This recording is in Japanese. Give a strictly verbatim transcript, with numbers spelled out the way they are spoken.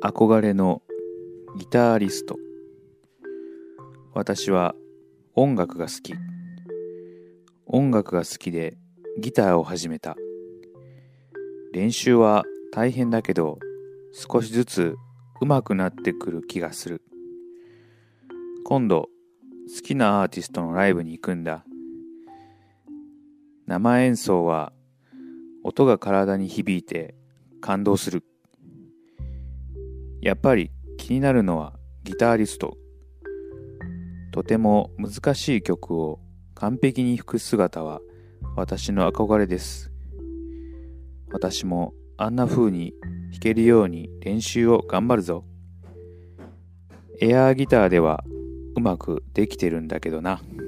憧れのギタリスト。私は音楽が好き。音楽が好きでギターを始めた。練習は大変だけど少しずつ上手くなってくる気がする。今度好きなアーティストのライブに行くんだ。生演奏は音が体に響いて感動する。やっぱり気になるのはギタリスト。とても難しい曲を完璧に弾く姿は私の憧れです。私もあんな風に弾けるように練習を頑張るぞ。エアーギターではうまくできてるんだけどな。